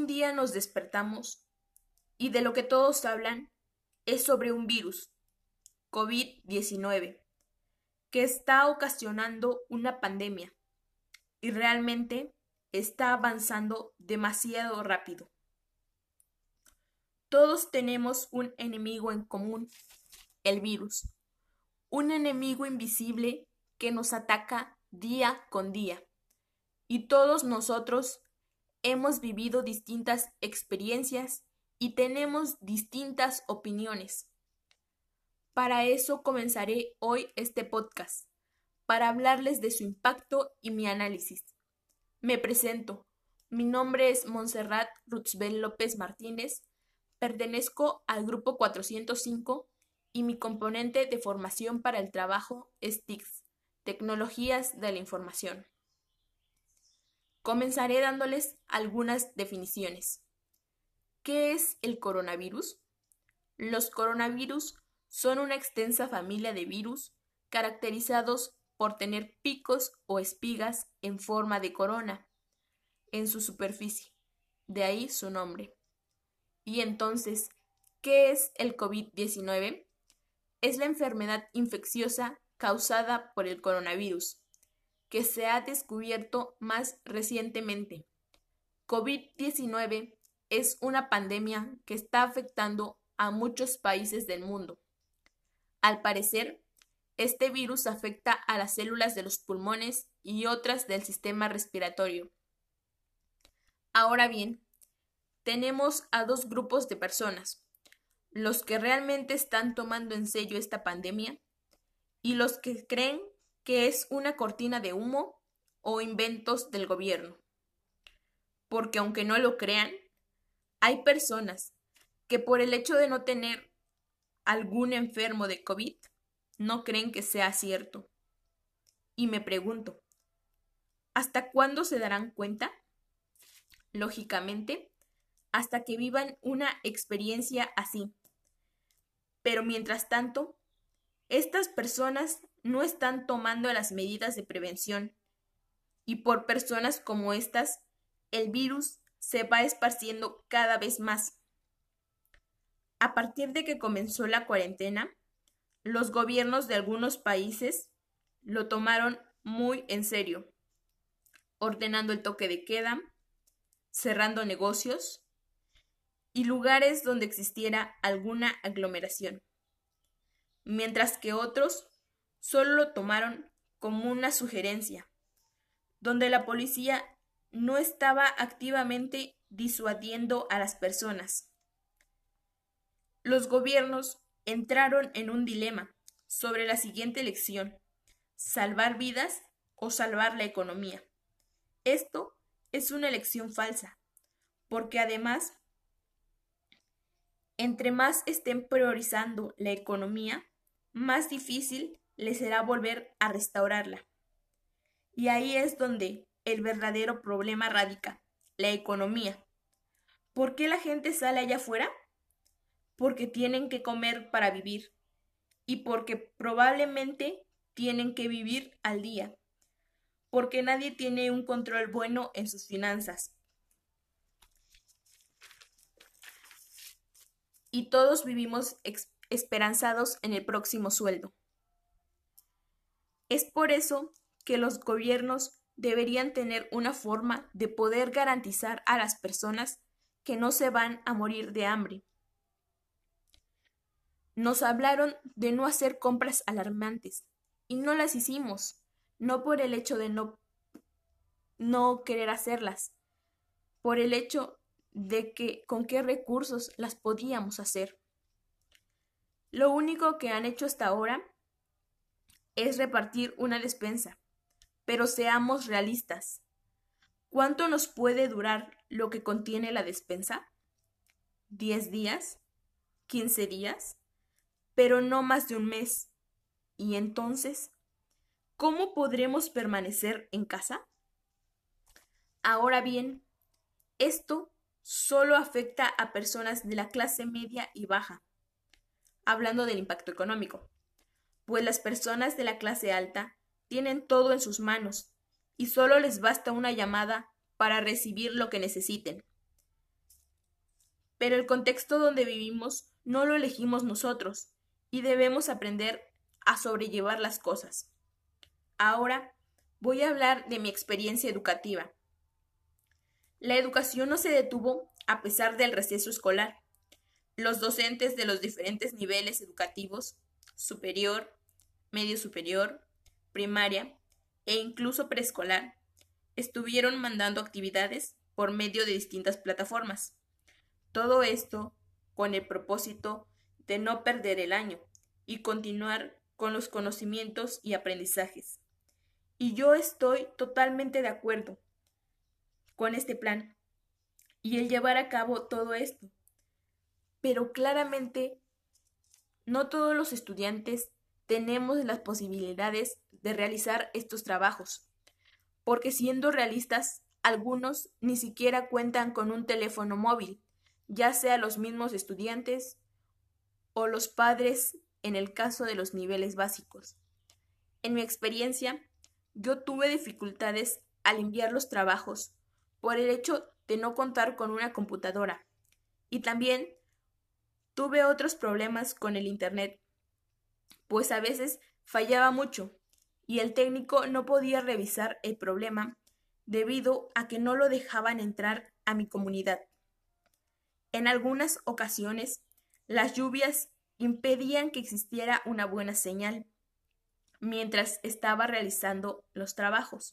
Un día nos despertamos y de lo que todos hablan es sobre un virus, COVID-19, que está ocasionando una pandemia y realmente está avanzando demasiado rápido. Todos tenemos un enemigo en común, el virus, un enemigo invisible que nos ataca día con día. Y todos nosotros hemos vivido distintas experiencias y tenemos distintas opiniones. Para eso comenzaré hoy este podcast, para hablarles de su impacto y mi análisis. Me presento. Mi nombre es Montserrat Rutzbel López Martínez, pertenezco al grupo 405 y mi componente de formación para el trabajo es TICS, Tecnologías de la Información. Comenzaré dándoles algunas definiciones. ¿Qué es el coronavirus? Los coronavirus son una extensa familia de virus caracterizados por tener picos o espigas en forma de corona en su superficie, de ahí su nombre. Y entonces, ¿qué es el COVID-19? Es la enfermedad infecciosa causada por el coronavirus, que se ha descubierto más recientemente. COVID-19 es una pandemia que está afectando a muchos países del mundo. Al parecer, este virus afecta a las células de los pulmones y otras del sistema respiratorio. Ahora bien, tenemos a dos grupos de personas, los que realmente están tomando en serio esta pandemia y los que creen que es una cortina de humo o inventos del gobierno. Porque aunque no lo crean, hay personas que por el hecho de no tener algún enfermo de COVID, no creen que sea cierto. Y me pregunto, ¿hasta cuándo se darán cuenta? Lógicamente, hasta que vivan una experiencia así. Pero mientras tanto, estas personas no están tomando las medidas de prevención y por personas como estas, el virus se va esparciendo cada vez más. A partir de que comenzó la cuarentena, los gobiernos de algunos países lo tomaron muy en serio, ordenando el toque de queda, cerrando negocios y lugares donde existiera alguna aglomeración, mientras que otros solo lo tomaron como una sugerencia, donde la policía no estaba activamente disuadiendo a las personas. Los gobiernos entraron en un dilema sobre la siguiente elección: salvar vidas o salvar la economía. Esto es una elección falsa, porque además, entre más estén priorizando la economía, más difícil les será volver a restaurarla. Y ahí es donde el verdadero problema radica, la economía. ¿Por qué la gente sale allá afuera? Porque tienen que comer para vivir y porque probablemente tienen que vivir al día, porque nadie tiene un control bueno en sus finanzas. Y todos vivimos esperanzados en el próximo sueldo. Es por eso que los gobiernos deberían tener una forma de poder garantizar a las personas que no se van a morir de hambre. Nos hablaron de no hacer compras alarmantes y no las hicimos, no por el hecho de no querer hacerlas, por el hecho de que con qué recursos las podíamos hacer. Lo único que han hecho hasta ahora es repartir una despensa, pero seamos realistas. ¿Cuánto nos puede durar lo que contiene la despensa? ¿10 días? ¿15 días? Pero no más de un mes. ¿Y entonces, cómo podremos permanecer en casa? Ahora bien, esto solo afecta a personas de la clase media y baja, hablando del impacto económico, pues las personas de la clase alta tienen todo en sus manos y solo les basta una llamada para recibir lo que necesiten. pero el contexto donde vivimos no lo elegimos nosotros y debemos aprender a sobrellevar las cosas. Ahora voy a hablar de mi experiencia educativa. La educación no se detuvo a pesar del receso escolar. Los docentes de los diferentes niveles educativos, superior, medio superior, primaria e incluso preescolar, estuvieron mandando actividades por medio de distintas plataformas. Todo esto con el propósito de no perder el año y continuar con los conocimientos y aprendizajes. Y yo estoy totalmente de acuerdo con este plan y el llevar a cabo todo esto. Pero claramente no todos los estudiantes tenemos las posibilidades de realizar estos trabajos, porque siendo realistas, algunos ni siquiera cuentan con un teléfono móvil, ya sea los mismos estudiantes o los padres en el caso de los niveles básicos. En mi experiencia, yo tuve dificultades al enviar los trabajos por el hecho de no contar con una computadora y también tuve otros problemas con el internet, pues a veces fallaba mucho y el técnico no podía revisar el problema debido a que no lo dejaban entrar a mi comunidad. En algunas ocasiones, las lluvias impedían que existiera una buena señal mientras estaba realizando los trabajos.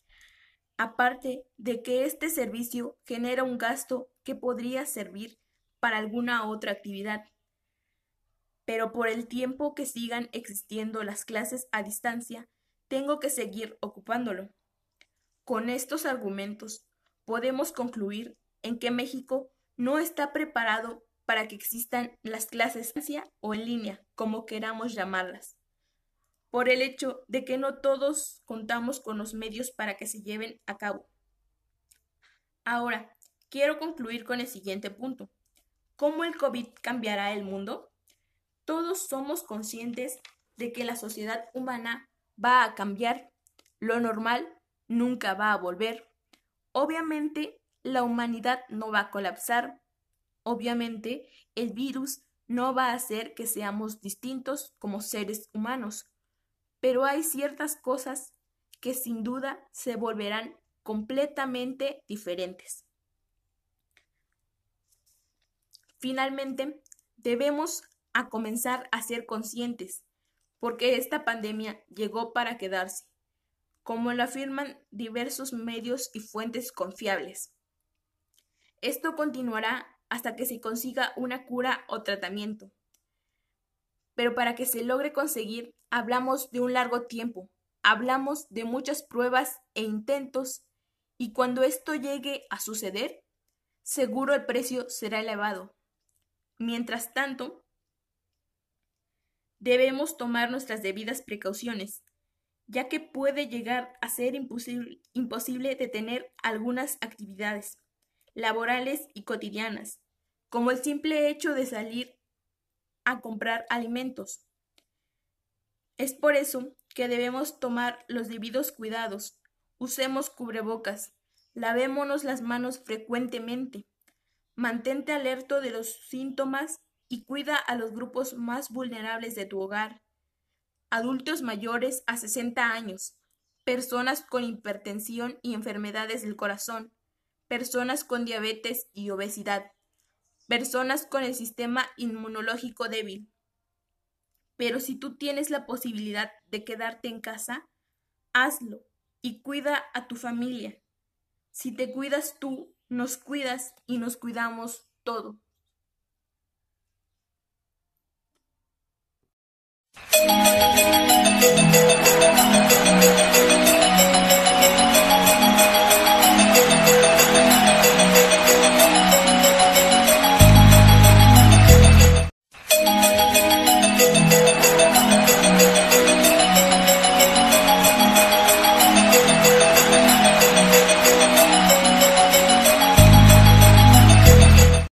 Aparte de que este servicio genera un gasto que podría servir para alguna otra actividad, pero por el tiempo que sigan existiendo las clases a distancia, tengo que seguir ocupándolo. Con estos argumentos, podemos concluir en que México no está preparado para que existan las clases a distancia o en línea, como queramos llamarlas, por el hecho de que no todos contamos con los medios para que se lleven a cabo. Ahora, quiero concluir con el siguiente punto. ¿Cómo el COVID cambiará el mundo? Todos somos conscientes de que la sociedad humana va a cambiar. Lo normal nunca va a volver. Obviamente, la humanidad no va a colapsar. Obviamente, el virus no va a hacer que seamos distintos como seres humanos. Pero hay ciertas cosas que sin duda se volverán completamente diferentes. Finalmente, debemos a comenzar a ser conscientes, porque esta pandemia llegó para quedarse, como lo afirman diversos medios y fuentes confiables. Esto continuará hasta que se consiga una cura o tratamiento. Pero para que se logre conseguir, hablamos de un largo tiempo, hablamos de muchas pruebas e intentos, y cuando esto llegue a suceder, seguro el precio será elevado. Mientras tanto, debemos tomar nuestras debidas precauciones, ya que puede llegar a ser imposible detener algunas actividades laborales y cotidianas, como el simple hecho de salir a comprar alimentos. Es por eso que debemos tomar los debidos cuidados. Usemos cubrebocas, lavémonos las manos frecuentemente, mantente alerta de los síntomas y cuida a los grupos más vulnerables de tu hogar. Adultos mayores a 60 años, personas con hipertensión y enfermedades del corazón, personas con diabetes y obesidad, personas con el sistema inmunológico débil. Pero si tú tienes la posibilidad de quedarte en casa, hazlo y cuida a tu familia. Si te cuidas tú, nos cuidas y nos cuidamos todos.